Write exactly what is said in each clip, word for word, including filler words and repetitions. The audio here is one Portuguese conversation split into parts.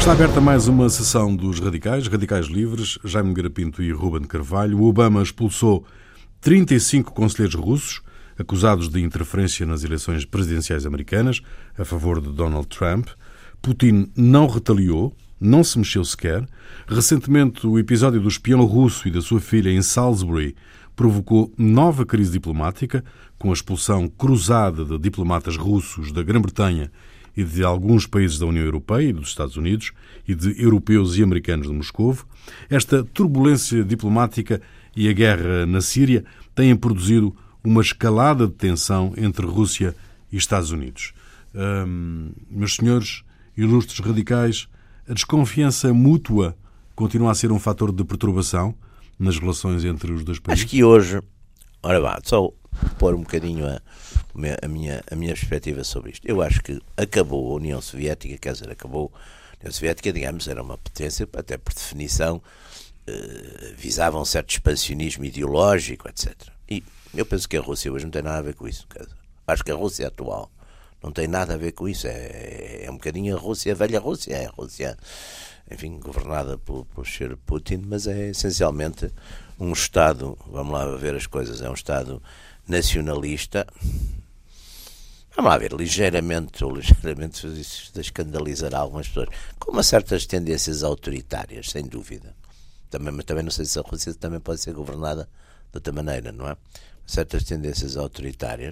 Está aberta mais uma sessão dos radicais, radicais livres, Jaime Nogueira Pinto e Ruben Carvalho. O Obama expulsou trinta e cinco conselheiros russos acusados de interferência nas eleições presidenciais americanas a favor de Donald Trump. Putin não retaliou, não se mexeu sequer. Recentemente, o episódio do espião russo e da sua filha em Salisbury provocou nova crise diplomática, com a expulsão cruzada de diplomatas russos da Grã-Bretanha e de alguns países da União Europeia e dos Estados Unidos e de europeus e americanos de Moscovo. Esta turbulência diplomática e a guerra na Síria têm produzido uma escalada de tensão entre Rússia e Estados Unidos. Hum, meus senhores ilustres radicais, a desconfiança mútua continua a ser um fator de perturbação nas relações entre os dois países? Acho que hoje, ora vá, só pôr um bocadinho a, a, minha, a minha perspectiva sobre isto. Eu acho que acabou a União Soviética, quer dizer, acabou a União Soviética, digamos, era uma potência, até por definição, eh, visava um certo expansionismo ideológico, etcétera. E eu penso que a Rússia hoje não tem nada a ver com isso. Quer dizer, acho que a Rússia atual não tem nada a ver com isso. É, é um bocadinho a Rússia, a velha Rússia, é a Rússia, enfim, governada por, por senhor Putin, mas é essencialmente um Estado, vamos lá ver as coisas, é um Estado nacionalista, vamos lá ver, ligeiramente, ou ligeiramente isso escandalizará algumas pessoas, com umas certas tendências autoritárias, sem dúvida. Também, mas também não sei se a Rússia também pode ser governada de outra maneira, não é? Certas tendências autoritárias,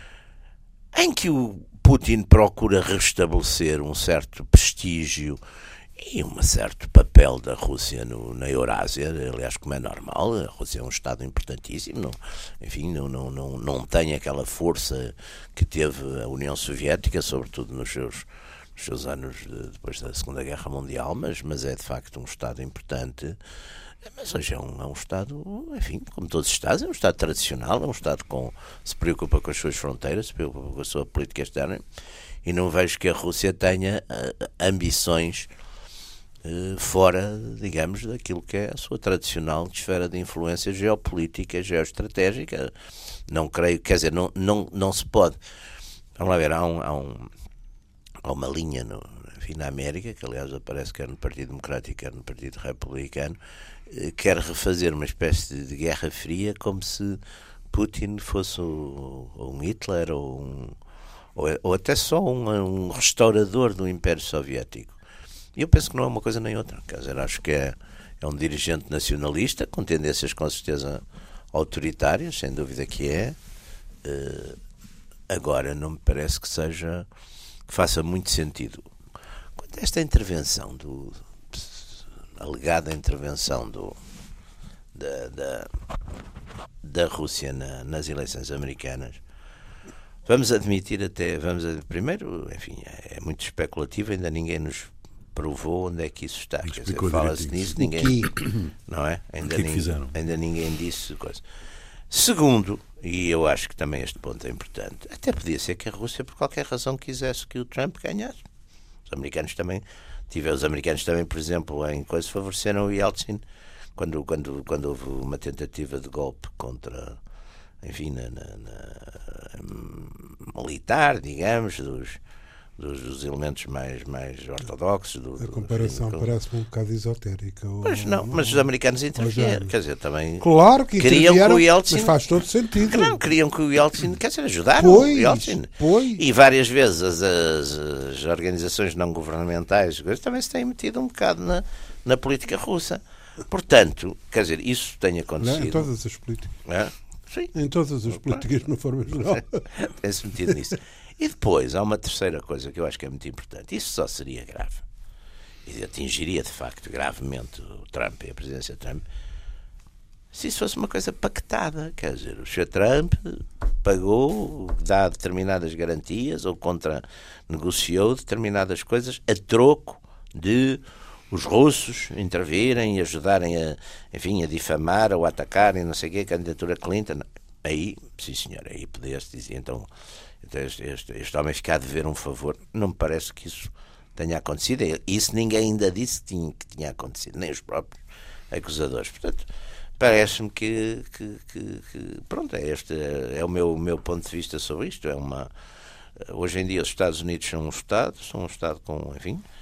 em que o Putin procura restabelecer um certo prestígio e um certo papel da Rússia no, na Eurásia, aliás, como é normal. A Rússia é um Estado importantíssimo, não, enfim, não, não, não, não tem aquela força que teve a União Soviética, sobretudo nos seus, nos seus anos de, depois da Segunda Guerra Mundial, mas, mas é de facto um Estado importante. Mas hoje é um, é um Estado, enfim, como todos os Estados, é um Estado tradicional, é um Estado que se preocupa com as suas fronteiras, se preocupa com a sua política externa, e não vejo que a Rússia tenha uh, ambições uh, fora, digamos, daquilo que é a sua tradicional esfera de influência geopolítica, geoestratégica. Não creio, quer dizer, não, não, não se pode. Vamos lá ver, há, um, há, um, há uma linha no, enfim, na América, que aliás aparece quer no Partido Democrático, quer no Partido Republicano, quer refazer uma espécie de guerra fria, como se Putin fosse um Hitler ou, um, ou, ou até só um, um restaurador do Império Soviético. E eu penso que não é uma coisa nem outra. Quer dizer, acho que é, é um dirigente nacionalista, com tendências com certeza autoritárias, sem dúvida que é. Uh, agora, não me parece que seja, que faça muito sentido. Quanto a esta intervenção do alegada intervenção do, da, da, da Rússia na, nas eleições americanas, vamos admitir até, vamos primeiro, enfim, é muito especulativo, ainda ninguém nos provou onde é que isso está. Quer dizer, fala-se nisso, ninguém, não é? Ainda, que ninguém, que ainda ninguém disse coisa. Segundo, e eu acho que também este ponto é importante, até podia ser que a Rússia, por qualquer razão, quisesse que o Trump ganhasse. Os americanos também Tive, os americanos também, por exemplo, em coisas favoreceram o Yeltsin quando, quando, quando houve uma tentativa de golpe contra, enfim, na, na, na militar, digamos, dos, dos, dos elementos mais, mais ortodoxos. Do, a comparação do, parece-me um bocado esotérica. Mas não, mas os americanos intervieram, quer dizer, também... Claro que queriam que o Yeltsin, mas faz todo sentido. Não, queriam que o Yeltsin, quer dizer, ajudaram pois, o Yeltsin. Pois. E várias vezes as, as, as organizações não governamentais também se têm metido um bocado na, na política russa. Portanto, quer dizer, isso tem acontecido. Não, em todas as políticas. É? Sim. Em todas as políticas, de uma forma geral. Tem-se metido nisso. E depois, há uma terceira coisa que eu acho que é muito importante. Isso só seria grave. E atingiria, de facto, gravemente o Trump e a presidência de Trump, se isso fosse uma coisa pactada. Quer dizer, o senhor Trump pagou, dá determinadas garantias ou contra negociou determinadas coisas a troco de os russos intervirem e ajudarem a, enfim, a difamar ou a atacarem, não sei o quê, a candidatura Clinton. Aí, sim senhor, aí podia-se dizer, então, este, este, este homem ficar a dever um favor. Não me parece que isso tenha acontecido. Isso ninguém ainda disse que tinha, que tinha acontecido, nem os próprios acusadores. Portanto, parece-me que, que, que, que pronto, é este é o meu, meu ponto de vista sobre isto. É uma, hoje em dia os Estados Unidos são um Estado, são um Estado com, enfim,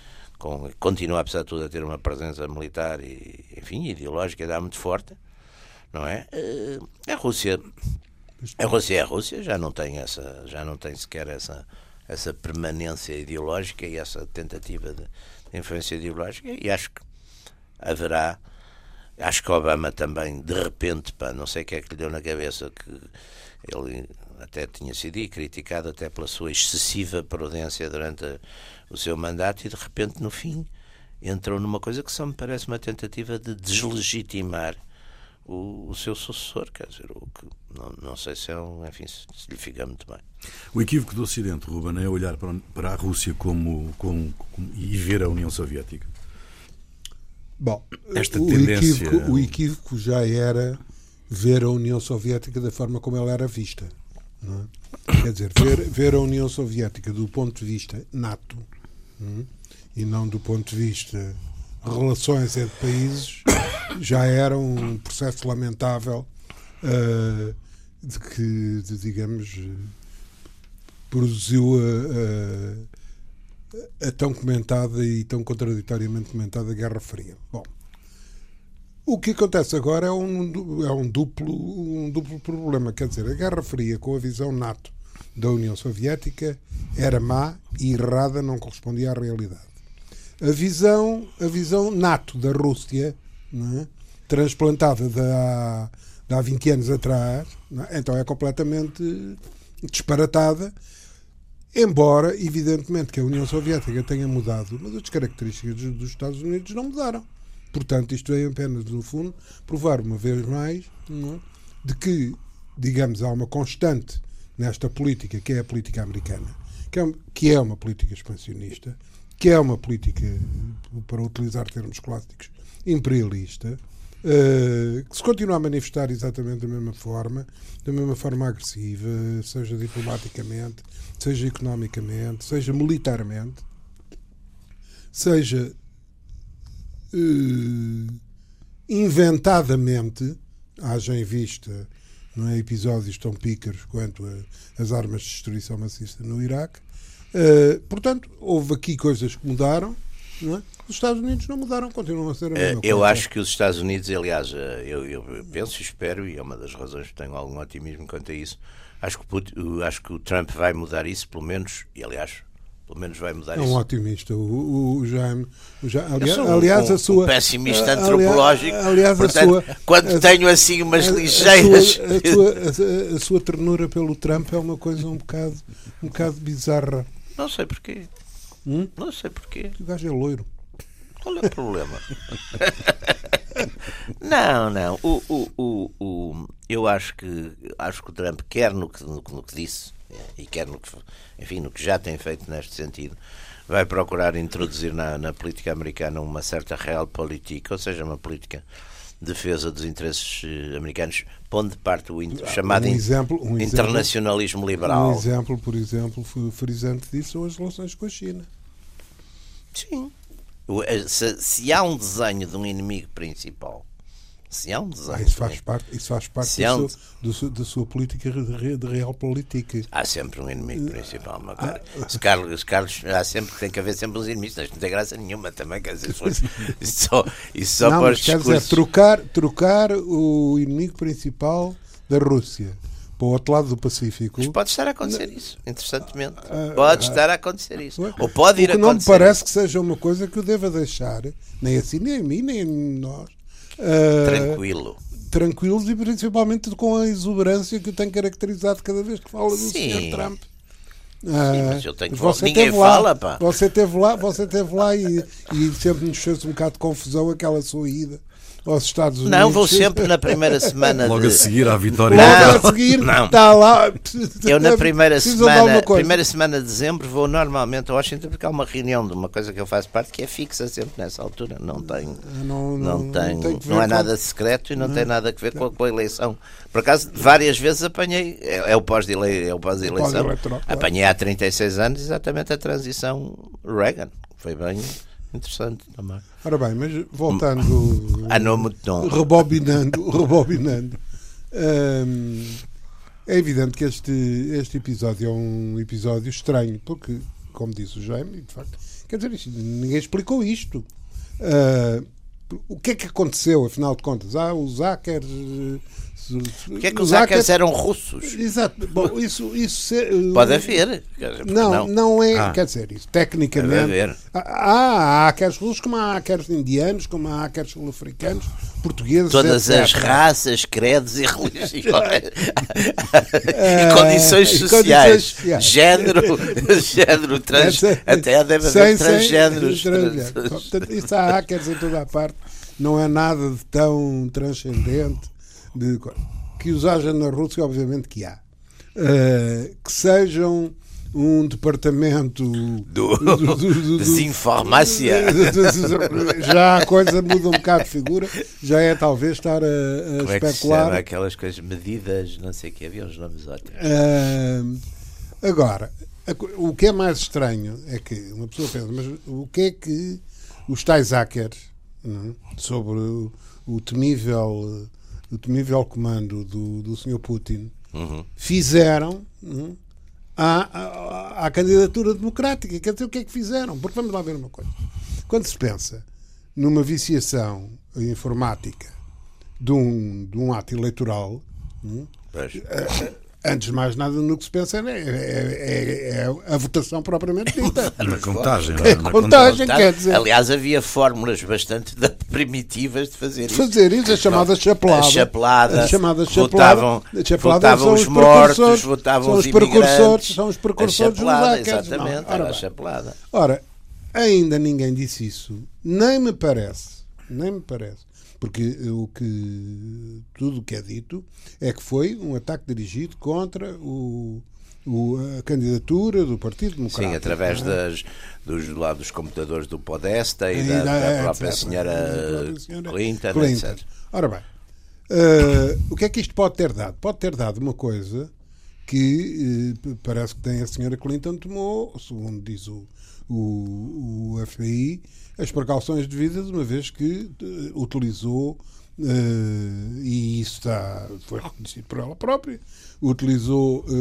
com, continua, apesar de tudo, a ter uma presença militar e, enfim, ideológica, dá muito forte, não é? A Rússia, a Rússia é a Rússia, já não tem essa, já não tem sequer essa, essa permanência ideológica e essa tentativa de, de influência ideológica, e acho que haverá, acho que Obama também, de repente, pá, não sei o que é que lhe deu na cabeça, que ele até tinha sido criticado até pela sua excessiva prudência durante a, o seu mandato, e de repente, no fim, entrou numa coisa que só me parece uma tentativa de deslegitimar o, o seu sucessor, quer dizer, o que não, não sei se é um, enfim, se, se lhe fica muito bem. O equívoco do Ocidente, Ruben, é olhar para, para a Rússia como, como, como e ver a União Soviética. Bom, Esta o, tendência... equívoco, o equívoco já era ver a União Soviética da forma como ela era vista. Não é? Quer dizer, ver, ver a União Soviética do ponto de vista NATO, não é? E não do ponto de vista relações entre países, já era um processo lamentável uh, de que, de, digamos, produziu a, a, a tão comentada e tão contraditoriamente comentada Guerra Fria. Bom, o que acontece agora é um, é um, duplo, um duplo problema. Quer dizer, a Guerra Fria, com a visão NATO da União Soviética, era má e errada, não correspondia à realidade. A visão, a visão NATO da Rússia, não é? Transplantada de há, de há vinte anos atrás, não é? Então é completamente disparatada, embora, evidentemente, que a União Soviética tenha mudado, mas as características dos Estados Unidos não mudaram. Portanto, isto veio apenas, no fundo, provar uma vez mais, não é? De que, digamos, há uma constante nesta política, que é a política americana, que é, que é uma política expansionista, que é uma política, para utilizar termos clássicos, imperialista, uh, que se continua a manifestar exatamente da mesma forma, da mesma forma agressiva, seja diplomaticamente, seja economicamente, seja militarmente, seja uh, inventadamente, haja em vista, não é, episódios tão pícaros quanto a, as armas de destruição maciça no Iraque. Uh, portanto, houve aqui coisas que mudaram, não é? Os Estados Unidos não mudaram, continuam a ser a mesma uh, Eu coisa. acho que os Estados Unidos, aliás, uh, eu, eu penso e espero, e é uma das razões que tenho algum otimismo quanto a isso, acho que, Putin, uh, acho que o Trump vai mudar isso, pelo menos, e aliás, pelo menos vai mudar é um isso. otimista, o, o Jaime. O Jaime aliás, eu sou aliás, um, a sua, um pessimista aliás, antropológico. Aliás, portanto, a sua, quando a, tenho assim umas a, ligeiras. A sua, a, sua, a, a sua ternura pelo Trump é uma coisa um bocado, um bocado bizarra. Não sei porquê. Hum? Não sei porquê. O gajo é loiro. Qual é o problema? Não, não. O, o, o, o, eu acho que acho que o Trump, quer no que, no, no que disse e quer no que, enfim, no que já tem feito neste sentido, vai procurar introduzir na, na política americana uma certa realpolitik, ou seja, uma política de defesa dos interesses americanos, pondo de parte o in, chamado um exemplo, um internacionalismo exemplo, liberal. Um exemplo, por exemplo, frisante disso são as relações com a China. Sim. Se, se há um desenho de um inimigo principal, se há um desenho, ah, isso faz parte, isso faz parte da, um... sua, da, sua, da sua política de, de realpolitik. Há sempre um inimigo principal, meu cara. Os Carlos, os Carlos, há sempre, tem que haver sempre uns inimigos, não tem graça nenhuma também, quer dizer, isso só, isso só não, para mas os quer discursos... dizer, trocar, trocar o inimigo principal da Rússia para o outro lado do Pacífico. Mas pode estar a acontecer isso, interessantemente. Ah, Pode ah, estar a acontecer isso. ah, Ou pode ir o que a não acontecer. me parece isso. Que seja uma coisa que o deva deixar, nem assim, nem a mim, nem a nós. Uh, Tranquilo. Tranquilos e principalmente com a exuberância que o tem caracterizado cada vez que fala do Sim. senhor Trump. Sim, mas eu tenho que você Ninguém teve fala, lá, pá. Você esteve lá, você esteve lá e, e sempre nos fez um bocado de confusão aquela sua ida aos Estados Unidos. Não, vou sempre na primeira semana. Logo de... a seguir à vitória. Logo a seguir, não. está lá. Eu na primeira semana, de primeira semana de dezembro vou normalmente a Washington porque há uma reunião de uma coisa que eu faço parte que é fixa sempre nessa altura. Não tem, não, não, não, tem, não, tem não é com... nada secreto e não, não tem nada a ver com a, com a eleição. Por acaso, várias vezes apanhei, é, é o pós-eleição, é o pós-eleição. Apanhei há trinta e seis anos exatamente a transição Reagan. Foi bem interessante também. Ora bem, mas voltando, ah, não, muito não. rebobinando, rebobinando, hum, é evidente que este, este episódio é um episódio estranho, porque, como disse o Jaime, de facto, Quer dizer, isto, ninguém explicou isto. Uh, o que é que aconteceu, afinal de contas? Ah, os hackers... Porque é que os hackers eram russos? Exato. Bom, isso, isso pode haver. Não, não, não é. Ah. Quer dizer, isso tecnicamente. Há, há hackers russos, como há hackers indianos, como há hackers sul-africanos, portugueses. Todas etcétera. As raças, credos e religiões. E condições sociais. Condições sociais. Género, género trans, até deve haver transgéneros. Trans, Portanto, isso há hackers em toda a parte. Não é nada de tão transcendente. De, que os haja na Rússia, obviamente que há. Uh, que sejam um departamento do, do, do, do, do desinformácia. Já a coisa muda um bocado de figura, já é talvez estar a, a Como especular. É que se chama aquelas coisas, medidas, não sei o que, havia uns nomes ótimos. Uh, agora, o que é mais estranho é que uma pessoa pensa, mas o que é que os tais hackers, não, sobre o, o temível. o temível comando do, do senhor Putin, uhum. fizeram uhum, à, à, à candidatura democrática. Quer dizer, o que é que fizeram? Porque vamos lá ver uma coisa. Quando se pensa numa viciação informática de um, de um ato eleitoral, uhum, antes de mais nada, no que se pensa é, é, é, é a votação propriamente dita. Na contagem. É a contagem, quer dizer. Aliás, havia fórmulas bastante primitivas de fazer isso. Fazer isso, a chamada chapelada. A chapelada. A chamada votavam, votavam os mortos, votavam os imigrantes. São os precursores dos hackers. Exatamente, era a chapelada. Ora, ainda ninguém disse isso. Nem me parece, nem me parece. Porque o que, tudo o que é dito é que foi um ataque dirigido contra o, o, a candidatura do Partido Democrático. Sim, através é? das, dos, lá, dos computadores do Podesta e, e da, da, da própria etcétera senhora, senhora Clinton, Clinton, etcétera. Ora bem, uh, o que é que isto pode ter dado? Pode ter dado uma coisa que uh, parece que tem a senhora Clinton tomou, segundo diz o, o, o F B I, as precauções devidas, uma vez que uh, utilizou, uh, e isso está, foi reconhecido por ela própria, utilizou uh,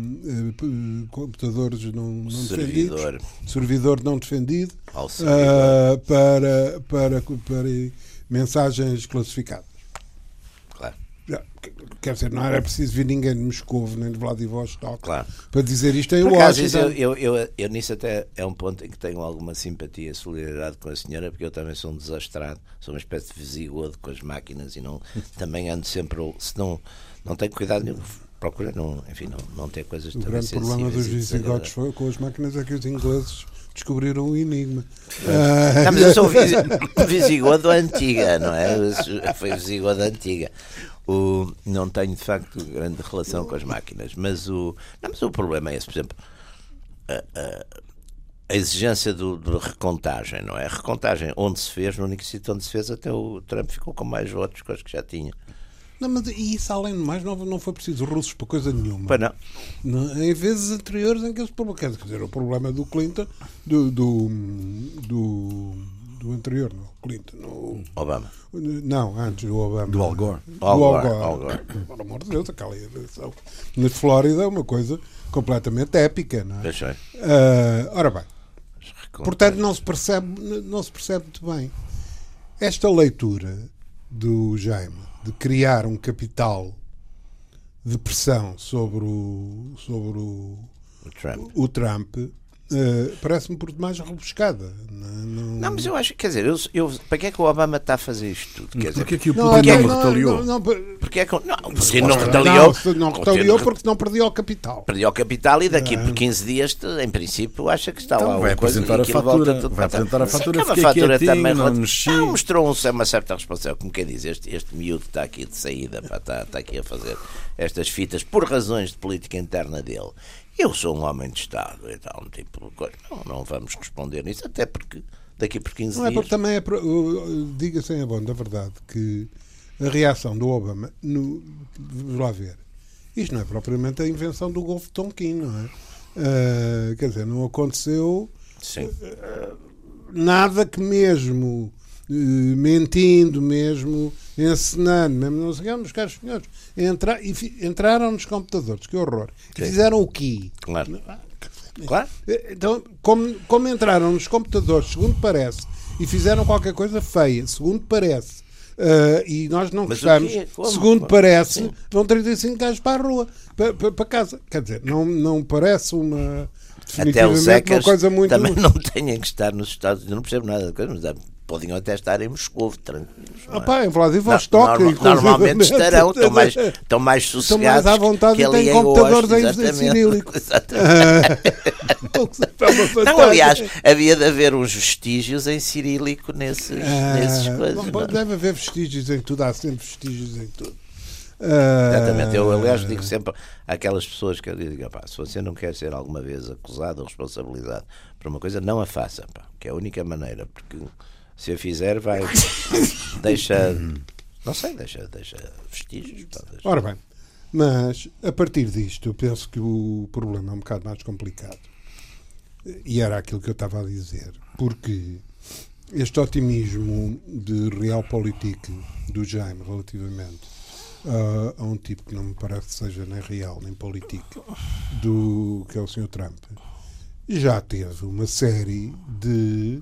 uh, computadores não, não servidor. defendidos, servidor não defendido, uh, para, para, para mensagens classificadas. Claro. Quer dizer, não era preciso vir ninguém de Moscou nem de Vladivostok, claro, para dizer isto em Por Washington. Acaso, eu, eu, eu, eu nisso até é um ponto em que tenho alguma simpatia e solidariedade com a senhora, porque eu também sou um desastrado, sou uma espécie de visigodo com as máquinas e não, também ando sempre, se não, não tenho cuidado nenhum, procura não, enfim, não, não ter coisas o também grande problema dos visigodos foi com as máquinas é que os ingleses descobriram o enigma. Não, mas eu sou um visigodo antiga, não é? Foi visigodo antiga. O, não tenho de facto grande relação com as máquinas, mas o, não, mas o problema é esse, por exemplo, a, a, a exigência do, do recontagem, não é? A recontagem onde se fez, no único sítio onde se fez, até o Trump ficou com mais votos que os que já tinha. Não, mas e isso, além de mais, não, não foi preciso russos para coisa nenhuma. Pois não. não. Em vezes anteriores em que eles provocaram. Quer dizer, o problema do Clinton, do, do, do, do anterior, não, Clinton, no, Obama. Não, antes do Obama. Do Al Gore. Do Al Gore. Al Gore. Por amor de Deus, aquela eleição na Flórida é uma coisa completamente épica, não é? Deixei. Uh, ora bem, portanto não se percebe, não se percebe muito bem. Esta leitura do Jaime de criar um capital de pressão sobre o, sobre o, o Trump, o Trump uh, parece-me por demais rebuscada. Não, não... não, mas eu acho, quer dizer, eu, eu, para que é que o Obama está a fazer isto tudo? Quer porque dizer, é que o não, Putin não, não, não retaliou? Não, não, porque é que, não, porque não não retaliou. Não, não retaliou porque não perdeu o capital. Perdeu o capital e daqui por quinze dias, em princípio, acha que está então, lá vai coisa apresentar a fatura. Tudo vai apresentar a fatura. Sim, a fatura também não, não mostrou uma certa responsabilidade. Como quem diz, este, este miúdo está aqui de saída, pá, está, está aqui a fazer estas fitas por razões de política interna dele. Eu sou um homem de Estado e tal, um tipo de coisa. Não, não vamos responder nisso, até porque daqui por quinze não dias. É porque também é, diga-se em abono da verdade, que a reação do Obama, no, vamos lá ver, isto não é propriamente a invenção do Golfo de Tonkin, não é? Uh, quer dizer, não aconteceu uh, nada que mesmo uh, mentindo, mesmo encenando, mesmo não sei o que, meus caros senhores, entra, e fi, entraram nos computadores, que horror. E fizeram o quê? Claro. Claro. Então, como, como entraram nos computadores, segundo parece, e fizeram qualquer coisa feia, segundo parece, Uh, e nós não Mas gostamos, segundo Como? parece, Sim. vão trinta e cinco gajos para a rua, para, para, para casa. Quer dizer, não, não parece uma Até os definitivamente uma hackers coisa muito. também não têm que estar nos Estados Unidos, eu não percebo nada da coisa, mas podiam até estar em Moscou, tranquilos. Ah, pá, em Vladivostok, Normal, normalmente estarão, estão mais, estão mais sossegados. Estão mais à vontade que e ali têm em computadores Washington, em cirílico. Não, aliás, havia de haver uns vestígios em cirílico nesses, Ah, nesses coisas. bom, não? deve haver vestígios em tudo, há sempre vestígios em tudo. Exatamente, eu aliás Ah, digo sempre àquelas pessoas que eu digo, pá, se você não quer ser alguma vez acusado ou responsabilizado por uma coisa, não a faça, pá, que é a única maneira, porque se a fizer vai deixa, não sei, deixa, deixa vestígios. Pá, deixa. Ora bem, mas a partir disto eu penso que o problema é um bocado mais complicado. E era aquilo que eu estava a dizer, porque este otimismo de realpolitik do Jaime relativamente Uh, a um tipo que não me parece que seja nem real nem político, do que é o senhor Trump, já teve uma série de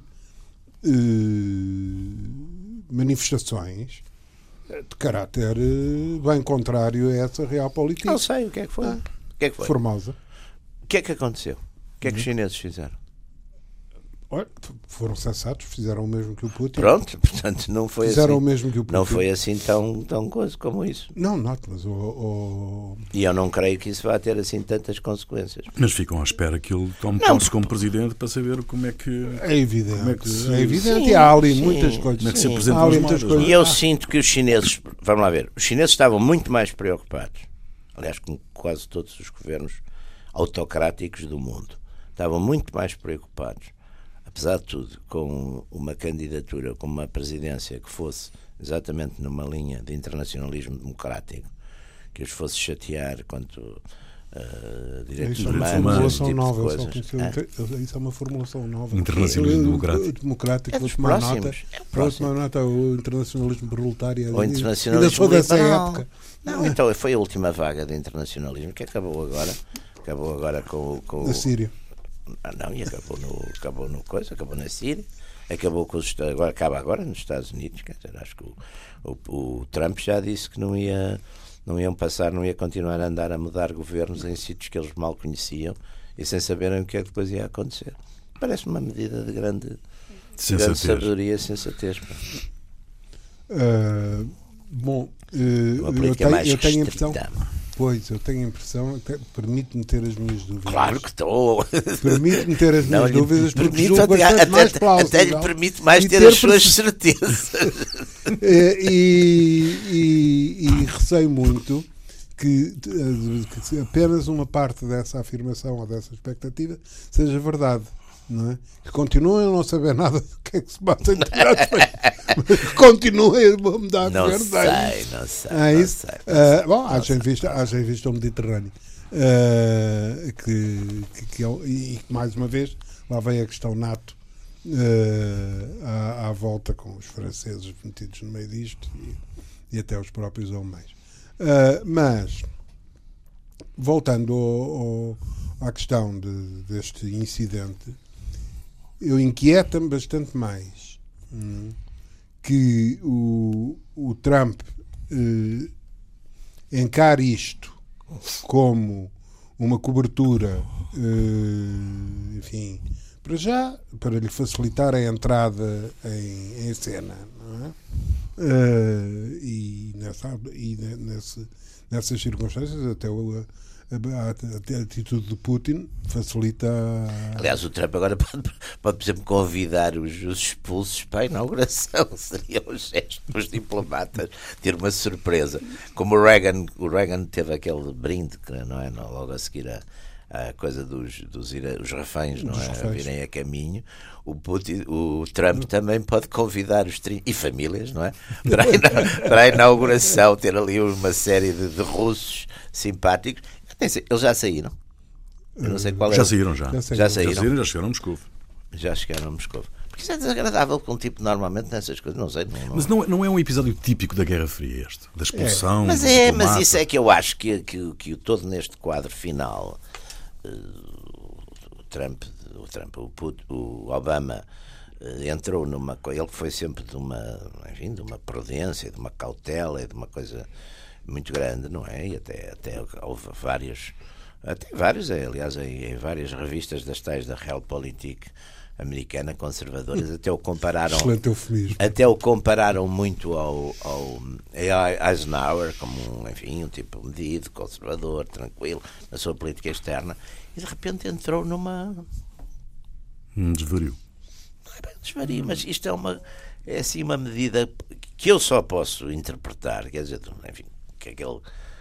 uh, manifestações de caráter uh, bem contrário a essa realpolitik. Não sei o que é que foi. Ah, o que é que foi? Formosa. O que é que aconteceu? O que é que os chineses fizeram? Olha, foram sensatos, fizeram o mesmo que o Putin. Pronto, portanto não foi Fizeram assim. o mesmo que o Putin. Não foi assim tão, tão coisa como isso. Não, não, mas o, o... E eu não creio que isso vá ter assim tantas consequências. Mas ficam à espera que ele tome Não, posse como presidente para saber como é que. É evidente, Como é que se- é evidente, Sim, e há ali sim. muitas coisas. Como é que se Sim. apresentam Há ali as muitas modas, não é? E eu Ah. sinto que os chineses, vamos lá ver, os chineses estavam muito mais preocupados, aliás, com quase todos os governos autocráticos do mundo, estavam muito mais preocupados, apesar de tudo, com uma candidatura, com uma presidência que fosse exatamente numa linha de internacionalismo democrático, que os fosse chatear quanto uh, direitos Isso é uma humanos, esse formulação tipo de nova, eu só coisas. conheci um Ah, te- isso é uma formulação nova. Internacionalismo O- o- democrático. o democrático, É vou dos tomar próximos, nota. é o Vou próximo. tomar nota, o internacionalismo proletário. O internacionalismo Ainda sou dessa liberal. época. Não, então foi a última vaga de internacionalismo que acabou agora. Acabou agora com, o- com Da o- Síria. Ah, não, e acabou no, acabou no coisa, acabou na Síria, acabou com os Estados- agora acaba agora nos Estados Unidos. Quer dizer, acho que o, o, o Trump já disse que não ia, não iam passar, não ia continuar a andar a mudar governos em sítios que eles mal conheciam e sem saberem o que é que depois ia acontecer. Parece-me uma medida de grande, de grande Sensatez. sabedoria e sensatez. pá. Ah, bom, eh, Uma eu política tenho, mais eu tenho a impressão. restrita. Pois, eu tenho a impressão, até permite-me ter as minhas dúvidas. Claro que estou. Permite-me ter as minhas Não, lhe dúvidas porque permite julgo até, bastante mais até, plausível. até lhe permite mais e ter, ter as suas perce- certezas. Eh, e, e, e receio muito que, eh, que se apenas uma parte dessa afirmação ou dessa expectativa seja verdade, não é? Que continuem a não saber nada do que é que se passa entre as mas que continuem a me dar Não verdade. sei, não sei. É não isso? sei, não Ah, sei. bom, haja em vista, haja em vista o Mediterrâneo. Ah, que, que, que é o- e que, mais uma vez, lá vem a questão NATO ah, à, à volta com os franceses metidos no meio disto e, e até os próprios alemães. Ah, mas, voltando ao, ao, à questão de, deste incidente, eu inquieta-me bastante mais hum, que o, o Trump eh, encare isto como uma cobertura, eh, enfim, para já, para lhe facilitar a entrada em, em cena, não é? Eh, e nessa, e ne- nesse, nessas circunstâncias, até o, a, a, até a atitude de Putin facilita. a- Aliás, o Trump agora pode, pode por exemplo, convidar os, os expulsos para a inauguração. Seria um gesto para os diplomatas ter uma surpresa. Como o Reagan, o Reagan teve aquele brinde, que não é? Não, logo a seguir a, a coisa dos, dos ira- os reféns, não Dos é? reféns. Virem a caminho. O, Putin, o Trump também pode convidar os trinta e famílias, não é? Para a, ina- para a inauguração, ter ali uma série de, de russos simpáticos. Atenção, eles já saíram. Eu não sei qual é Já o- saíram já. Já Já saíram. Já saíram, saíram. já chegaram a Moscou. Já chegaram a Moscou. Porque isso é desagradável com um tipo normalmente nessas coisas. Não sei. Não, não. Mas não, é- não é um episódio típico da Guerra Fria este? Da expulsão. Mas do é, diplomata. mas isso é que eu acho que, que, que o todo neste quadro final, eh, Trump, o, Trump o, Putin, o Obama entrou numa coisa, ele foi sempre de uma, enfim, de uma prudência, de uma cautela e de uma coisa muito grande, não é? E até, até houve vários, até vários, aliás, em, em várias revistas das tais da Realpolitik americana, conservadoras, até o compararam, até o compararam muito ao, ao Eisenhower, como um, enfim, um tipo medido, conservador, tranquilo, na sua política externa, e de repente entrou numa... Um desvario. Não é bem desvario, mas isto é uma, é assim uma medida que eu só posso interpretar, quer dizer, enfim, que aquele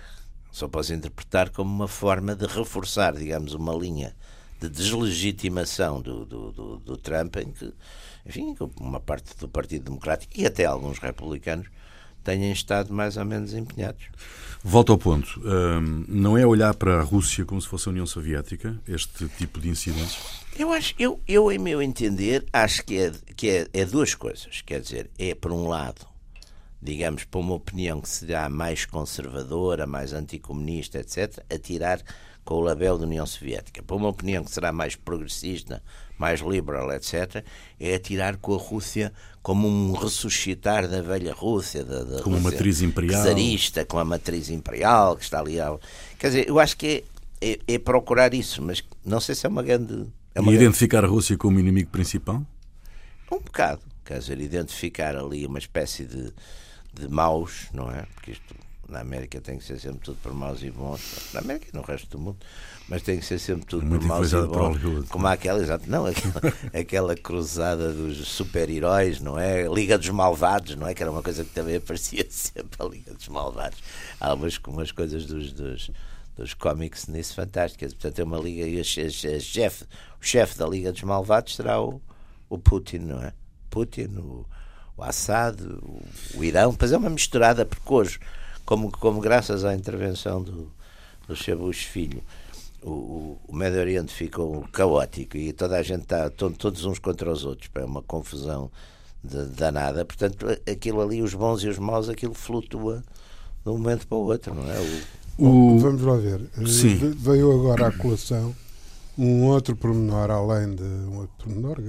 só posso interpretar como uma forma de reforçar, digamos, uma linha de deslegitimação do, do, do, do Trump, em que, enfim, uma parte do Partido Democrático e até alguns republicanos tenham estado mais ou menos empenhados. Volto ao ponto. Um, não é olhar para a Rússia como se fosse a União Soviética, este tipo de incidentes? Eu, acho, eu, eu em meu entender, acho que, é, que é, é duas coisas. Quer dizer, é, por um lado, digamos, para uma opinião que será mais conservadora, mais anticomunista, etcétera, atirar com o label da União Soviética. Para uma opinião que será mais progressista, mais liberal, etcétera, é atirar com a Rússia como um ressuscitar da velha Rússia, da, da como Rússia matriz imperial, czarista, com a matriz imperial que está ali. Ao... Quer dizer, eu acho que é, é, é procurar isso, mas não sei se é uma grande... É uma e grande... identificar a Rússia como inimigo principal? Um bocado. Quer dizer, identificar ali uma espécie de, de maus, não é? Porque isto... Na América tem que ser sempre tudo por maus e bons. Na América e no resto do mundo. Mas tem que ser sempre tudo muito por maus e bons. Como aquela, exato. Não, aquela, aquela cruzada dos super-heróis, não é? Liga dos Malvados, não é? Que era uma coisa que também aparecia sempre, a Liga dos Malvados. Há umas, umas coisas dos, dos, dos cómics nisso fantásticas. Portanto, é uma liga e a, a, a chef, o chefe da Liga dos Malvados será o, o Putin, não é? Putin, o, o Assad, o, o Irão. Depois é uma misturada, porque hoje, Como, como graças à intervenção do, do seu Bush filho, o, o, o Médio Oriente ficou caótico e toda a gente está, to, todos uns contra os outros, é uma confusão de, danada. Portanto, aquilo ali, os bons e os maus, aquilo flutua de um momento para o outro, não é? O... O... Vamos lá ver. Sim. Veio agora à colação um outro pormenor, além de um outro pormenor,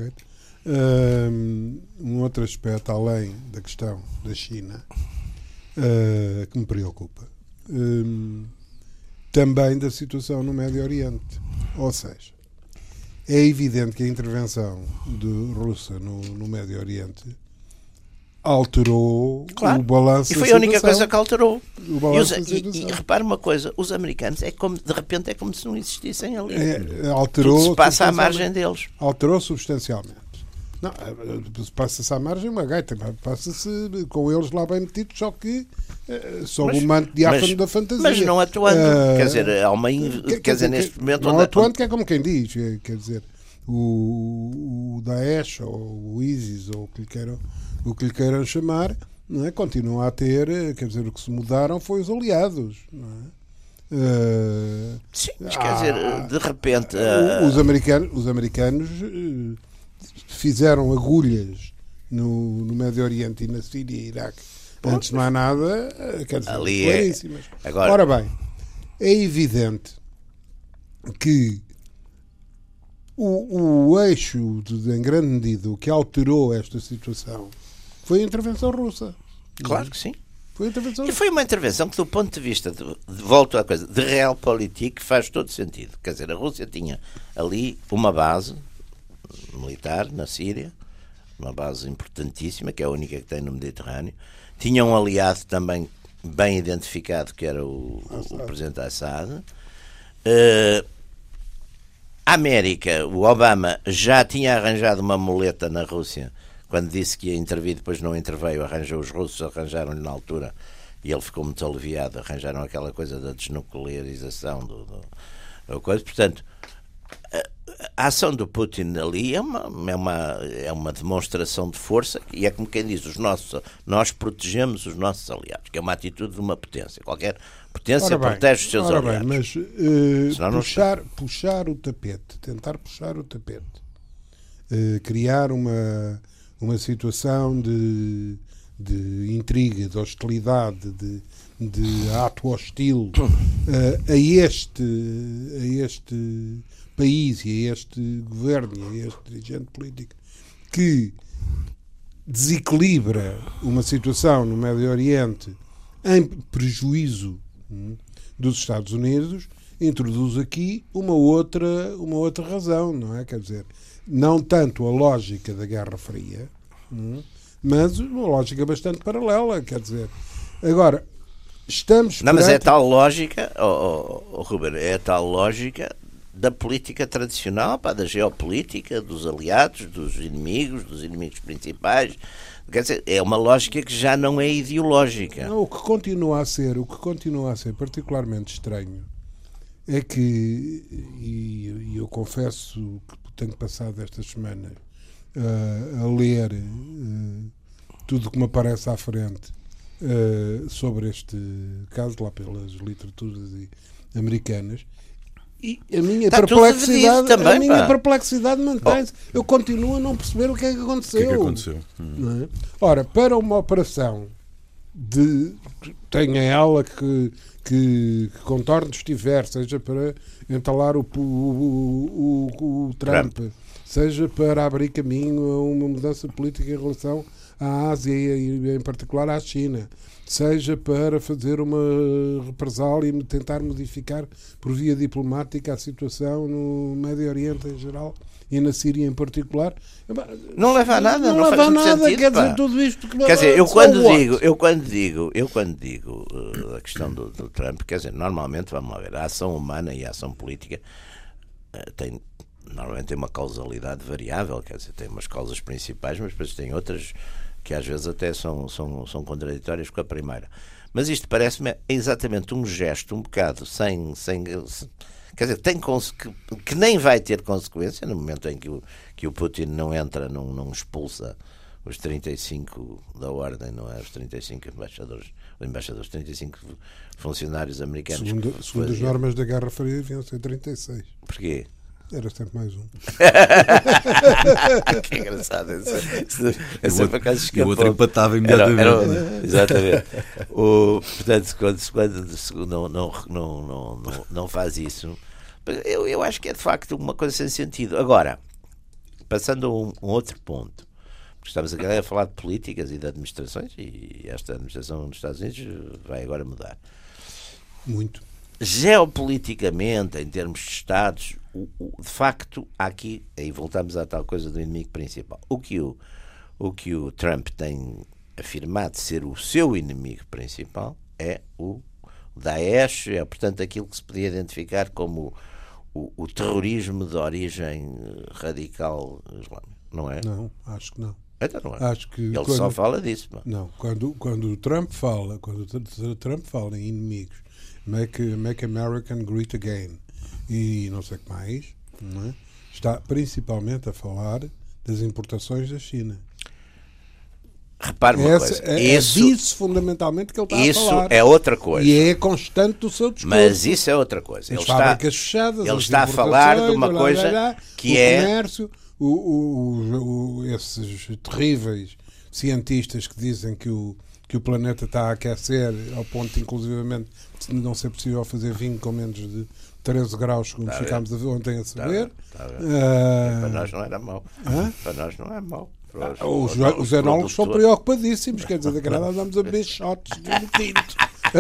um outro aspecto, além da questão da China. Uh, que me preocupa, um, também da situação no Médio Oriente. Ou seja, é evidente que a intervenção de Rússia no, no Médio Oriente alterou claro. o balanço. E foi a única coisa que alterou. O e, os, e, e repare uma coisa, os americanos é como, de repente é como se não existissem ali. É, alterou. Tudo se passa à margem deles. Alterou substancialmente. Não, passa-se à margem uma gaita, passa-se com eles lá bem metidos, só que uh, sob o manto diáfano da fantasia. Mas não atuando, uh, quer dizer, há uma. Quer, quer dizer, neste momento. Não onde, atuando, onde... que é como quem diz, quer dizer, o, o Daesh ou o ISIS, ou o que lhe queiram, o que lhe queiram chamar, não é? Continuam a ter, quer dizer, o que se mudaram foi os aliados, não é? Uh, Sim, mas quer dizer, de repente. Uh, os americanos. Os americanos uh, fizeram agulhas no, no Médio Oriente e na Síria e Iraque, Bom, antes de mais nada, quer dizer, ali claríssimas. É... Agora... Ora bem, é evidente que o, o eixo, de, em grande medida, o que alterou esta situação foi a intervenção russa. Claro que sim. Foi a intervenção e foi uma intervenção que, do ponto de vista, de, de volto à coisa, de realpolitik, faz todo sentido. Quer dizer, a Rússia tinha ali uma base militar na Síria, uma base importantíssima, que é a única que tem no Mediterrâneo. Tinha um aliado também bem identificado, que era o, o presidente Assad. Uh, a América, o Obama, já tinha arranjado uma muleta na Rússia, quando disse que ia intervir, depois não interveio, arranjou os russos, arranjaram-lhe na altura, e ele ficou muito aliviado, arranjaram aquela coisa da desnuclearização do, do, do coisa. Portanto, a ação do Putin ali é uma, é, uma, é uma demonstração de força, e é como quem diz, os nossos, nós protegemos os nossos aliados, que é uma atitude de uma potência. Qualquer potência bem, protege os seus ora aliados. Bem, mas uh, puxar, puxar o tapete, tentar puxar o tapete, uh, criar uma, uma situação de, de intriga, de hostilidade, de, de ato hostil uh, a, este, a este país e a este governo e a este dirigente político que desequilibra uma situação no Médio Oriente em prejuízo hum, dos Estados Unidos, introduz aqui uma outra, uma outra razão, não é? Quer dizer, não tanto a lógica da Guerra Fria, hum, mas uma lógica bastante paralela, quer dizer. Agora, estamos... Não, perante... mas é tal lógica, oh, oh, oh, Ruben, é tal lógica da política tradicional, pá, da geopolítica, dos aliados, dos inimigos, dos inimigos principais. Quer dizer, é uma lógica que já não é ideológica. Não, o que continua a ser, o que continua a ser particularmente estranho é que, e, e eu confesso que tenho passado estas semanas uh, a ler uh, tudo que me aparece à frente uh, sobre este caso, lá pelas literaturas americanas, e a minha Está perplexidade, também, a minha pá. perplexidade mantém-se. Oh. Eu continuo a não perceber o que é que aconteceu. O que é que aconteceu? Hum. Não é? Ora, para uma operação de tenha ela que, que, que contornos tiver, seja para entalar o, o, o, o, o Trump, Trump, seja para abrir caminho a uma mudança política em relação à Ásia e em particular à China, seja para fazer uma represália e tentar modificar por via diplomática a situação no Médio Oriente em geral e na Síria em particular, não leva a nada, não, não leva faz a nada, sentido, quer pá. dizer, tudo isto que quer dizer, eu so quando what? digo, eu quando digo, eu quando digo uh, a questão do, do Trump, quer dizer, normalmente, vamos lá ver, a ação humana e a ação política uh, tem normalmente tem uma causalidade variável, quer dizer, tem umas causas principais, mas depois tem outras que às vezes até são, são, são contraditórias com a primeira. Mas isto parece-me exatamente um gesto um bocado sem... sem quer dizer, tem que, que nem vai ter consequência no momento em que o, que o Putin não entra, não, não expulsa os trinta e cinco da ordem, não é? Os trinta e cinco embaixadores, os embaixadores, trinta e cinco funcionários americanos. Segundo, segundo as normas da Guerra Fria, deviam ser trinta e seis. Porquê? Era sempre mais um. Que engraçado. Essa, essa por acaso escapou. E o outro empatava imediatamente. Era, era, exatamente. O, portanto, quando, quando não, não, não, não, não faz isso, eu, eu acho que é de facto uma coisa sem sentido. Agora, passando a um, um outro ponto, porque estamos aqui a falar de políticas e de administrações, e esta administração dos Estados Unidos vai agora mudar. Muito. Geopoliticamente, em termos de Estados, o, o, de facto, há aqui, aí voltamos à tal coisa do inimigo principal. O que o, o que o Trump tem afirmado ser o seu inimigo principal é o Daesh, é, portanto, aquilo que se podia identificar como o, o terrorismo de origem radical islâmica, não é? Não, acho que não. Então não é. Acho que Ele quando, só fala disso. Não, não quando, quando o Trump fala, quando o Trump fala em inimigos, Make, make American Great Again e não sei o que mais, não é? Está principalmente a falar das importações da China. Repare uma Essa, coisa. É, isso, é disso fundamentalmente que ele está isso a falar. É outra coisa. E é constante do seu discurso. Mas isso é outra coisa. As ele fábricas está, fechadas, ele está a falar de uma lá, coisa lá, lá, que o é... comércio, o, o, o, esses terríveis cientistas que dizem que o, que o planeta está a aquecer ao ponto, inclusivamente, de não ser possível fazer vinho com menos de treze graus, como está ficámos a ver ontem a saber. Está bem, está bem. Uh... Para nós não era mau. Hã? Para nós não é mau. Os, ah, os, os, os enólogos são preocupadíssimos, quer dizer, da grada andamos a beber shots de tinto.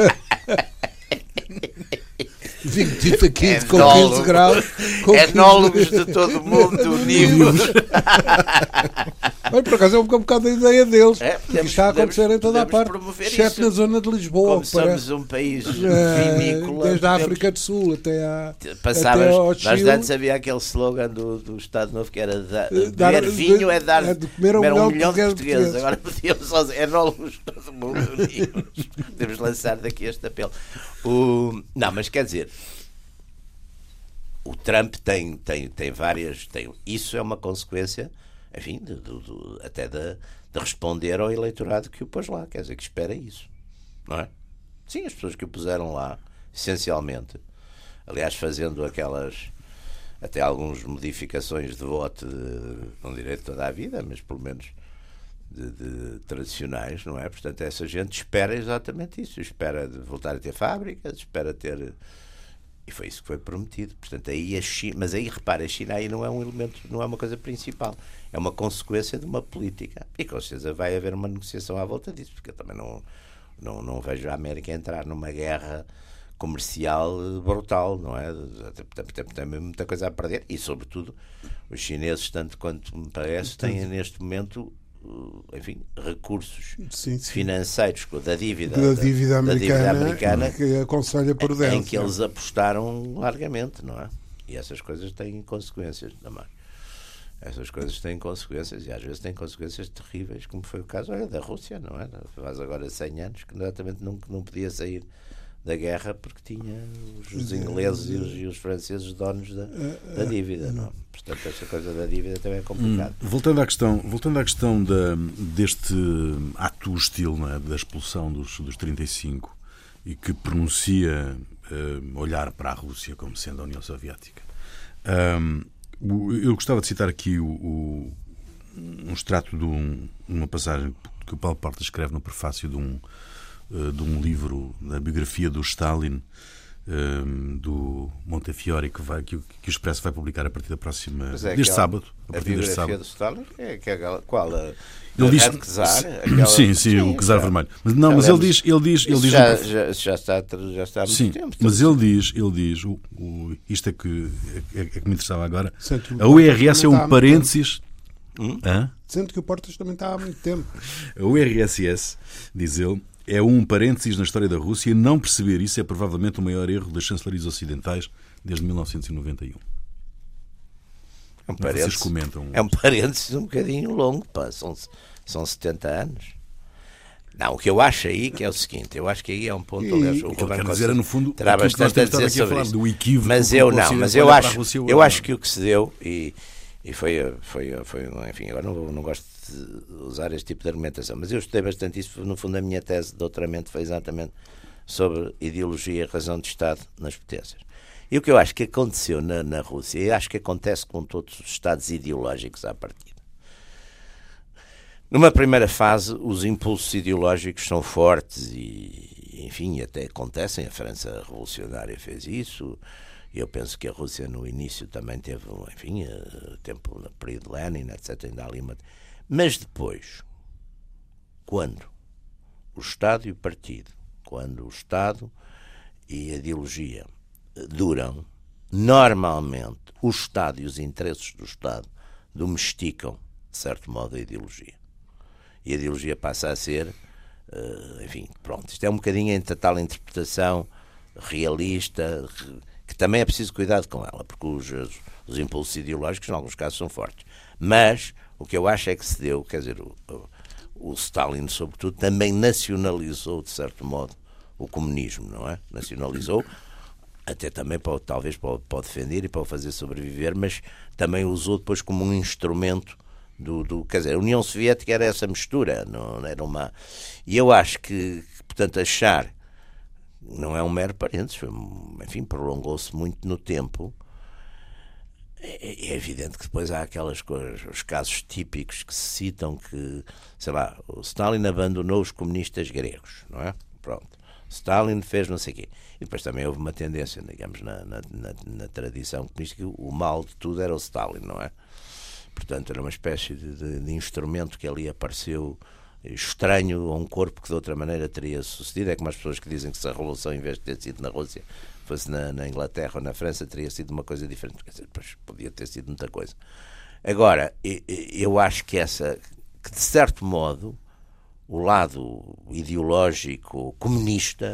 Vinho tinto aqui é com quinze graus. Com enólogos de todo o mundo unidos. Olha, por acaso é um bocado a ideia deles. É, podemos, está a acontecer podemos, em toda a parte, exceto na zona de Lisboa. Como somos um país vinícola. Desde a África do Sul até, a, passavas, até ao Chile. Nós antes havia aquele slogan do, do Estado Novo que era da, dar, beber vinho de, é dar é de comer um, um milhão milhão de portugueses. portugueses. Agora podíamos só enólogos de todo o mundo unidos. Podemos lançar daqui este apelo. O, não, mas quer dizer... O Trump tem, tem, tem várias... Tem, isso é uma consequência, enfim, de, de, de, até de, de responder ao eleitorado que o pôs lá. Quer dizer, que espera isso. Não é? Sim, as pessoas que o puseram lá, essencialmente. Aliás, fazendo aquelas... Até algumas modificações de voto, de, não direi de toda a vida, mas pelo menos de, de tradicionais, não é? Portanto, essa gente espera exatamente isso, espera de voltar a ter fábricas, espera ter... E foi isso que foi prometido. Portanto, aí a China... Mas aí, repara, a China aí não é um elemento, não é uma coisa principal. É uma consequência de uma política. E com certeza vai haver uma negociação à volta disso, porque eu também não, não, não vejo a América entrar numa guerra comercial brutal, não é? Tem, tem muita coisa a perder. E, sobretudo, os chineses, tanto quanto me parece, têm neste momento... enfim, recursos sim, sim. financeiros da dívida, da dívida da, americana, da dívida americana que aconselha prudência, em que eles apostaram largamente, não é? E essas coisas têm consequências também. Essas coisas têm consequências e às vezes têm consequências terríveis, como foi o caso olha, da Rússia, não é? Faz agora cem anos que exatamente não, não podia sair da guerra porque tinha os, os ingleses e os, e os franceses donos da, da dívida, não é? Portanto, esta coisa da dívida também é complicada. Hum, voltando à questão, voltando à questão da, deste ato hostil, não é? Da expulsão dos, dos trinta e cinco e que pronuncia uh, olhar para a Rússia como sendo a União Soviética. Um, eu gostava de citar aqui o, o, um extrato de um, uma passagem que o Paulo Portas escreve no prefácio de um, uh, de um livro, da biografia do Stalin, Um, do Montefiore, que, vai, que, que o Expresso vai publicar a partir da próxima é deste aquela, sábado a, a partir deste sábado. Do Stalin é, que é aquela, qual a, ele a diz, Red Czar, aquela, sim, sim, sim, o Czar vermelho. Mas não, mas ele diz, ele diz, ele diz já, já, já está, já está há muito sim, tempo. mas ele diz, ele diz, o, o, isto é que é, é que me interessava agora. Sente A U R S é um parênteses. Hum? Sendo que o Portas também está há muito tempo. A U R S S, diz ele, é um parênteses na história da Rússia e não perceber isso é provavelmente o maior erro das chancelarias ocidentais desde mil novecentos e noventa e um. É um parênteses, comentam... é um parênteses um bocadinho longo, pá, são, são setenta anos. Não, o que eu acho aí que é o seguinte, eu acho que aí é um ponto, E, aliás, o que ele quer dizer é, no fundo, terá bastante a dizer sobre a isso. Do equívoco, mas eu não, mas eu acho, Rússia, eu acho que o que se deu e, e foi, foi, foi, enfim, agora não, não gosto de usar este tipo de argumentação, mas eu estudei bastante isso, no fundo a minha tese de doutoramento foi exatamente sobre ideologia e razão de Estado nas potências. E o que eu acho que aconteceu na, na Rússia, e acho que acontece com todos os Estados ideológicos à partida. Numa primeira fase, os impulsos ideológicos são fortes e, enfim, até acontecem. A França revolucionária fez isso. Eu penso que a Rússia no início também teve, enfim, tempo no período de Lenin, etcétera. Ainda ali uma... Mas depois, quando o Estado e o partido, quando o Estado e a ideologia duram, normalmente o Estado e os interesses do Estado domesticam, de certo modo, a ideologia. E a ideologia passa a ser, uh, enfim, pronto, isto é um bocadinho entre a tal interpretação realista, que também é preciso cuidado com ela, porque os, os, os impulsos ideológicos, em alguns casos, são fortes. Mas o que eu acho é que se deu, quer dizer, o, o, o Stalin, sobretudo, também nacionalizou, de certo modo, o comunismo, não é? Nacionalizou, até também para, talvez para, para defender e para o fazer sobreviver, mas também usou depois como um instrumento do, do quer dizer, a União Soviética era essa mistura, não era uma... E eu acho que, portanto, achar não é um mero parênteses, foi, enfim, prolongou-se muito no tempo. É, é evidente que depois há aquelas coisas, os casos típicos que se citam que, sei lá, o Stalin abandonou os comunistas gregos, não é? Pronto. Stalin fez não sei o quê. E depois também houve uma tendência, digamos, na, na, na, na tradição comunista, que o mal de tudo era o Stalin, não é? Portanto, era uma espécie de, de, de instrumento que ali apareceu estranho a um corpo que de outra maneira teria sucedido. É como as pessoas que dizem que se a revolução, em vez de ter sido na Rússia, fosse na, na Inglaterra ou na França, teria sido uma coisa diferente. Quer dizer, pois, podia ter sido muita coisa. Agora, eu acho que essa, que de certo modo, o lado ideológico comunista,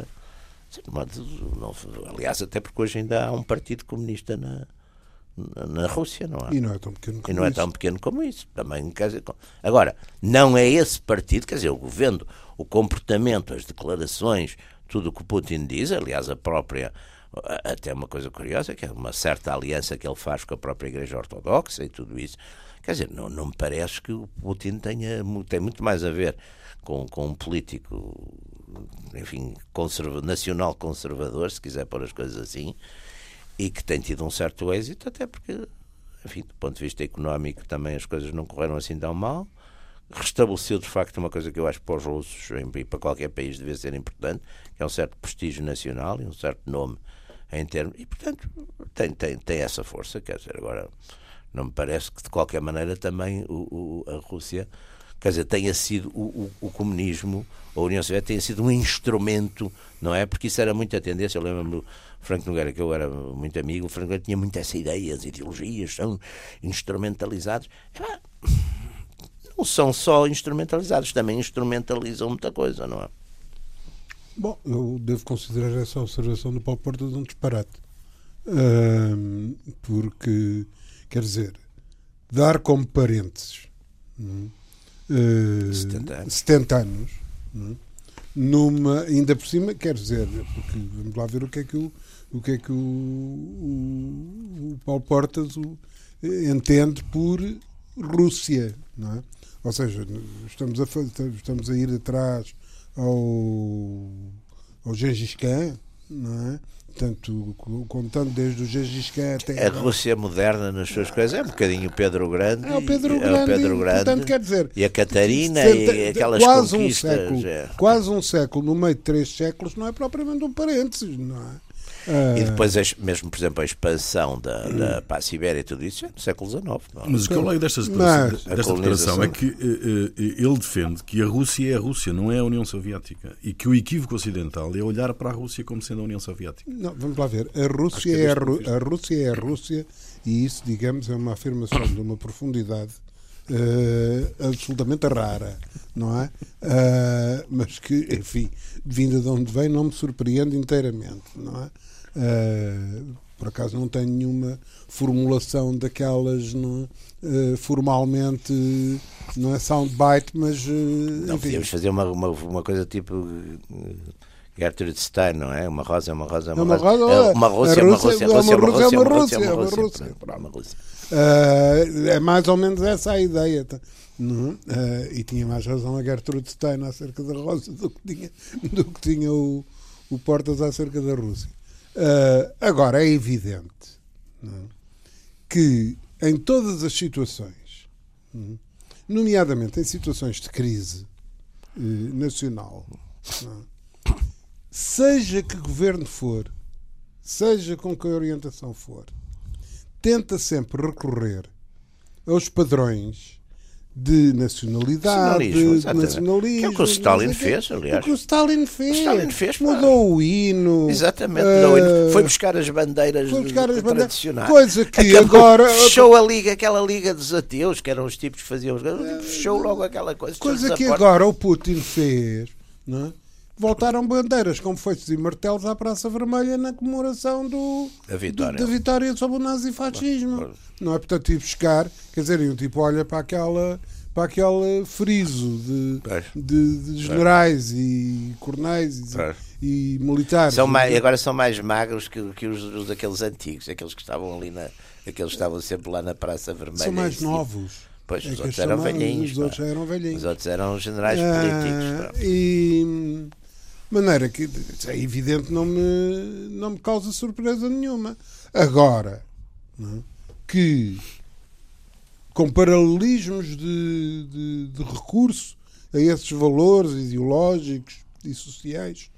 não, aliás, até porque hoje ainda há um partido comunista na, na, na Rússia, não há? E não é tão pequeno como e não é isso. tão pequeno como isso. Também, quer dizer, agora, não é esse partido, quer dizer, vendo o comportamento, as declarações, tudo o que o Putin diz, aliás, a própria, até uma coisa curiosa, que é uma certa aliança que ele faz com a própria Igreja Ortodoxa e tudo isso. Quer dizer, não, não me parece que o Putin tenha, tem muito mais a ver com, com um político, enfim, conserva, nacional conservador, se quiser pôr as coisas assim, e que tem tido um certo êxito, até porque, enfim, do ponto de vista económico também as coisas não correram assim tão mal, restabeleceu de facto uma coisa que eu acho que para os russos e para qualquer país devia ser importante, que é um certo prestígio nacional e um certo nome em termos, e portanto tem, tem, tem essa força, quer dizer, agora não me parece que de qualquer maneira também o, o, a Rússia, quer dizer, tenha sido o, o, o comunismo, a União Soviética tenha sido um instrumento, não é? Porque isso era muita tendência. Eu lembro-me do Franco Nogueira, que eu era muito amigo, o Franco Nogueira tinha muito essa ideia, as ideologias são instrumentalizadas. É, não são só instrumentalizados, também instrumentalizam muita coisa, não é? Bom, eu devo considerar essa observação do Paulo Portas um disparate. Hum, porque, quer dizer, dar como parênteses hum, uh, setenta anos, setenta anos hum, numa, ainda por cima, quer dizer, porque vamos lá ver o que é que o, o, que é que o, o, o Paulo Portas o, entende por Rússia, não é? Ou seja, estamos a, estamos a ir atrás ao, ao Gengis Khan, não é? Portanto, contando desde o Gengis Khan até... A Rússia moderna nas suas coisas é um bocadinho o Pedro Grande, é o Pedro Grande, é o Pedro Grande portanto, quer dizer, e a Catarina senta, e aquelas quase conquistas. Um século, é. Quase um século, no meio de três séculos, não é propriamente um parênteses, não é? E depois, mesmo, por exemplo, a expansão da, da, para a Sibéria e tudo isso é no século dezenove. Não é? Mas o que eu leio desta, Mas, desta declaração é que uh, uh, ele defende que a Rússia é a Rússia, não é a União Soviética. E que o equívoco ocidental é olhar para a Rússia como sendo a União Soviética. Não, vamos lá ver. A Rússia, é a, a Rússia é a Rússia e isso, digamos, é uma afirmação de uma profundidade uh, absolutamente rara, não é? Uh, mas que, enfim, vinda de onde vem, não me surpreende inteiramente, não é? Uh, por acaso não tenho nenhuma formulação daquelas, não, uh, formalmente não é soundbite, mas uh, não podíamos fazer uma, uma, uma coisa tipo uh, Gertrude Stein, não é? Uma rosa é uma rosa, é uma, uma rosa, rosa. Uma Rússia, uma Rússia, é uma Rússia, uma Rússia, é uma Rússia, é uma Rússia, uma Rússia. Uh, é mais ou menos essa a ideia, tá? Não, uh, e tinha mais razão a Gertrude Stein acerca da rosa do que tinha, do que tinha o, o Portas acerca da Rússia. Uh, agora, é evidente, não é, que em todas as situações, não é, nomeadamente em situações de crise uh, nacional, não é, seja que governo for, seja com que orientação for, tenta sempre recorrer aos padrões de nacionalidade, de nacionalismo. Que é o que o Stalin fez, aliás. O que o Stalin fez. O Stalin fez mudou o hino. Exatamente, mudou uh, o hino. Foi buscar as bandeiras foi buscar as tradicionais. Coisa que Acabou, agora... Fechou a liga, aquela liga dos ateus, que eram os tipos que faziam... Uh, fechou logo aquela coisa. Coisa que agora o Putin fez, não é? Voltaram bandeiras com foices e martelos à Praça Vermelha na comemoração do, da, vitória. Do, da vitória sobre o nazifascismo. Não é? Portanto, ir buscar, quer dizer, e um tipo olha para aquela, para aquele friso de, de, de generais e coronéis e, e militares. São mais, agora são mais magros que, que os, os daqueles antigos, aqueles que estavam ali, na, aqueles que estavam sempre lá na Praça Vermelha. São mais novos. Pois, é os outros eram velhinhos. Os outros eram velhinhos. Os outros eram generais ah, políticos. E... maneira que é evidente, não me, não me causa surpresa nenhuma. Agora, não é? Que com paralelismos de, de, de recurso a esses valores ideológicos e sociais,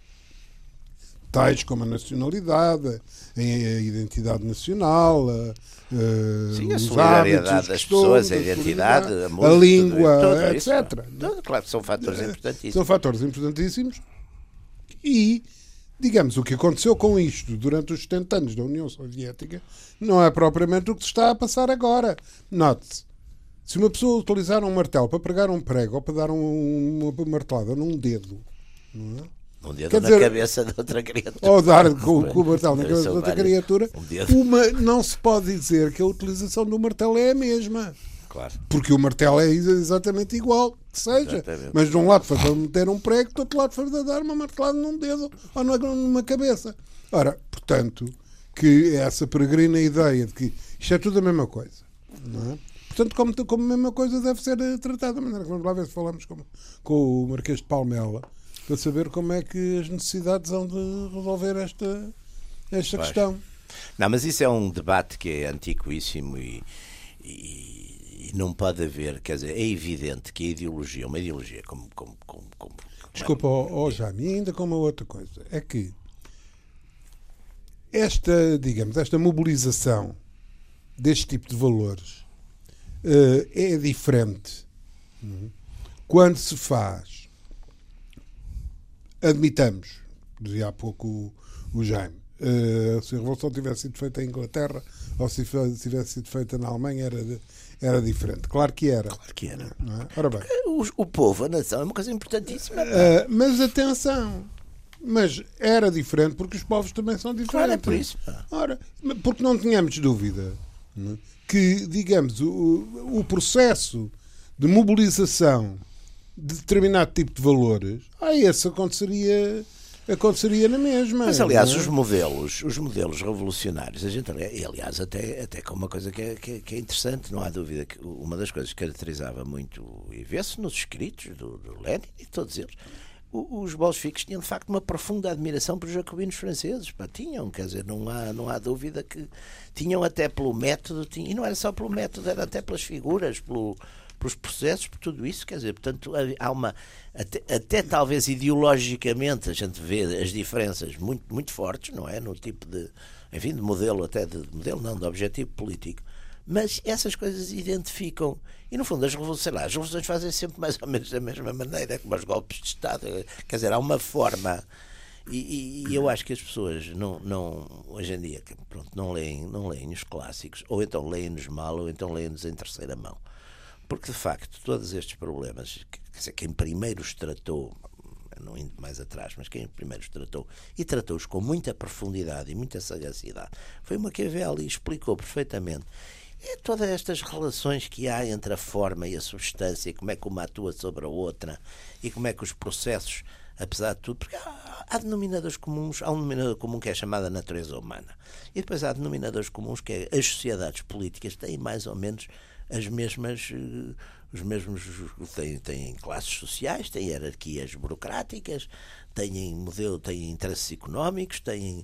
tais como a nacionalidade, a, a identidade nacional, a, a, Sim, a solidariedade hábitos, das pessoas, a identidade, a, música, a língua, tudo, tudo etcétera. Tudo, claro, são fatores importantíssimos. São fatores importantíssimos. E, digamos, o que aconteceu com isto durante os setenta anos da União Soviética não é propriamente o que se está a passar agora. Note-se, se uma pessoa utilizar um martelo para pregar um prego ou para dar um, uma martelada num dedo, não é? Um dedo Quer na dizer, cabeça de outra criatura. Ou dar com, com o martelo na cabeça de outra criatura, um uma, não se pode dizer que a utilização do martelo é a mesma. Claro. Porque o martelo é exatamente igual, que seja. Exatamente. Mas de um lado faz meter um prego, do outro lado faz dar uma martelada num dedo ou numa cabeça. Ora, portanto, que essa peregrina ideia de que isto é tudo a mesma coisa, não é? Portanto, como, como a mesma coisa deve ser tratada, da maneira que vamos lá ver se falamos com, com o Marquês de Palmela, para saber como é que as necessidades vão de resolver esta, esta questão. Não, mas isso é um debate que é antiquíssimo e, e e não pode haver, quer dizer, é evidente que a ideologia, uma ideologia como... como, como, como Desculpa, ó oh, Jaime, e ainda com uma outra coisa, é que esta, digamos, esta mobilização deste tipo de valores uh, é diferente uh, quando se faz, admitamos, dizia há pouco o, o Jaime, uh, se a Revolução tivesse sido feita em Inglaterra ou se tivesse sido feita na Alemanha era, de, era diferente. Claro que era. Claro que era. Não é? Ora bem. O, o povo, a nação, é uma coisa importantíssima. Uh, mas atenção, mas era diferente porque os povos também são diferentes. Claro, é por isso. Ora, porque não tínhamos dúvida, não é? Que, digamos, o, o processo de mobilização de determinado tipo de valores, ah, esse aconteceria, aconteceria na mesma. Mas, aliás, não é? os modelos, os modelos revolucionários, a gente, e, aliás, até, até com uma coisa que é, que, é, que é interessante, não há dúvida, que uma das coisas que caracterizava muito, e vê-se nos escritos do, do Lenin e todos eles, os bolcheviques tinham de facto uma profunda admiração pelos jacobinos franceses, pá, tinham, quer dizer, não há, não há dúvida que tinham até pelo método, tinham, e não era só pelo método, era até pelas figuras, pelo, pelos processos, por tudo isso, quer dizer, portanto há uma, até, até talvez ideologicamente a gente vê as diferenças muito, muito fortes, não é, no tipo de, enfim, de modelo, até de modelo não, de objetivo político. Mas essas coisas identificam. E, no fundo, as revoluções, sei lá, as revoluções fazem sempre mais ou menos da mesma maneira, como os golpes de Estado. Quer dizer, há uma forma. E, e eu acho que as pessoas, não, não, hoje em dia, pronto, não leem, não leem os clássicos, ou então leem-nos mal, ou então leem-nos em terceira mão. Porque, de facto, todos estes problemas, quer dizer, quem primeiro os tratou, não indo mais atrás, mas quem primeiro os tratou, e tratou-os com muita profundidade e muita sagacidade, foi Maquiavel, e explicou perfeitamente. É todas estas relações que há entre a forma e a substância, como é que uma atua sobre a outra e como é que os processos, apesar de tudo, porque há, há denominadores comuns, há um denominador comum que é chamado a natureza humana e depois há denominadores comuns que é as sociedades políticas têm mais ou menos as mesmas, os mesmos, têm, têm classes sociais, têm hierarquias burocráticas, têm modelo, têm interesses económicos, têm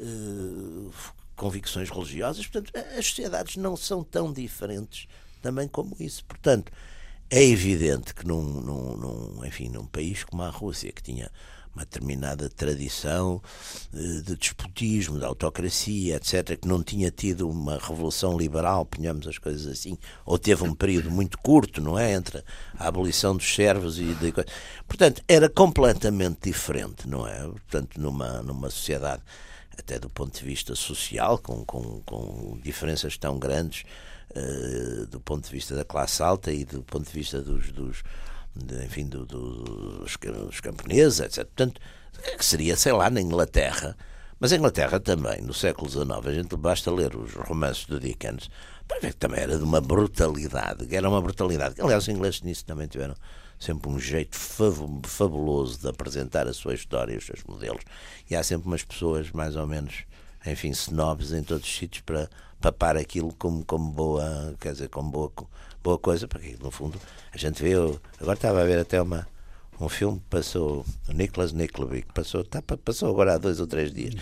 uh, convicções religiosas, portanto, as sociedades não são tão diferentes também como isso. Portanto, é evidente que num, num, num, enfim, num país como a Rússia, que tinha uma determinada tradição de despotismo, de autocracia, etcétera, que não tinha tido uma revolução liberal, ponhamos as coisas assim, ou teve um período muito curto, não é? Entre a abolição dos servos e... De... Portanto, era completamente diferente, não é? Portanto, numa, numa sociedade até do ponto de vista social, com, com, com diferenças tão grandes uh, do ponto de vista da classe alta e do ponto de vista dos, dos de, enfim, do, do, dos, dos camponeses, etcétera. Portanto, que seria, sei lá, na Inglaterra, mas a Inglaterra também, no século dezenove, a gente basta ler os romances do Dickens para ver que também era de uma brutalidade, que era uma brutalidade. Aliás, os ingleses nisso também tiveram sempre um jeito fabuloso de apresentar a sua história e os seus modelos. E há sempre umas pessoas mais ou menos, enfim, snobs em todos os sítios para papar aquilo como, como boa, quer dizer, como boa, boa coisa, porque no fundo a gente vê, eu, agora estava a ver até uma, um filme que passou, o Nicholas Nickleby, que passou, tá, passou agora há dois ou três dias.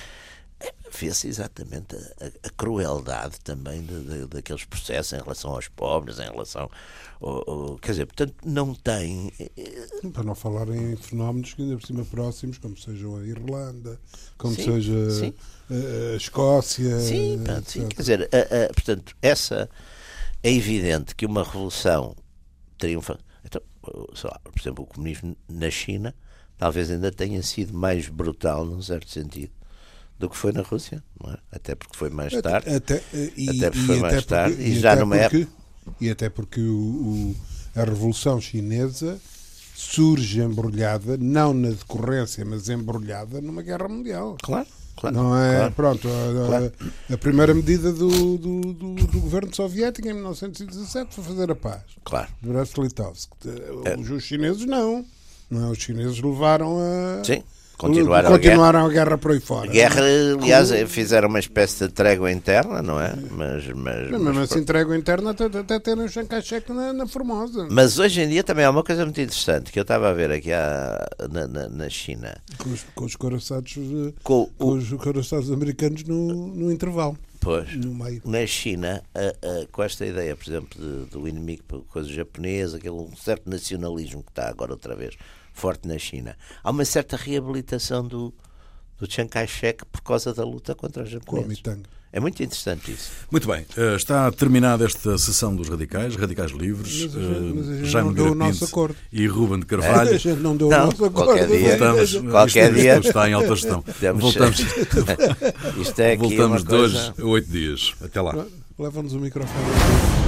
Vê-se exatamente a, a, a crueldade também de, de, daqueles processos em relação aos pobres, em relação ao, ao, quer dizer, portanto não tem, para não falar em fenómenos que ainda por cima próximos, como sejam a Irlanda, como sim, seja sim. A, a Escócia, sim, pronto, sim, quer dizer, a, a, portanto essa é evidente que uma revolução triunfa, então, sei lá, por exemplo, o comunismo na China talvez ainda tenha sido mais brutal num certo sentido do que foi na Rússia, não é? Até porque foi mais tarde, até, até, e, até porque foi e mais até tarde porque, e, e já até numa porque, época e até porque o, o, a Revolução Chinesa surge embrulhada, não na decorrência, mas embrulhada numa guerra mundial. Claro, claro. Não é? Claro, pronto, a, claro. a, a primeira medida do, do, do, do governo soviético em mil novecentos e dezassete foi fazer a paz. Claro. Brest-Litovsk. É. Os, os chineses não. não. Os chineses levaram a... Sim. Continuaram, Continuaram a, guerra. a guerra por aí fora. A guerra, aliás, fizeram uma espécie de trégua interna, não é? Mas, mas, não, mas, mas assim, trégua interna até, até terem o Chiang Kai-shek na, na Formosa. Mas hoje em dia também há uma coisa muito interessante que eu estava a ver aqui à, na, na, na China. Com os, com os coraçados, com, com os coraçados americanos no, no intervalo. Pois, no meio. na China, a, a, com esta ideia, por exemplo, de, do inimigo por coisa japonesa, aquele um certo nacionalismo que está agora outra vez forte na China, há uma certa reabilitação do, do Chiang Kai-shek por causa da luta contra os japoneses. É muito interessante isso. Muito bem, está terminada esta sessão dos radicais, radicais livres, mas a gente, mas a gente Jaime não deu o Nogueira nosso Pinto acordo. e Ruben de Carvalho. A gente não deu Não, o nosso acordo. qualquer dia. Voltamos, Qualquer isto, dia. isto está em alta gestão. Temos- Voltamos, Isto é aqui voltamos uma de hoje coisa... a oito dias. Até lá. Leva-nos o microfone.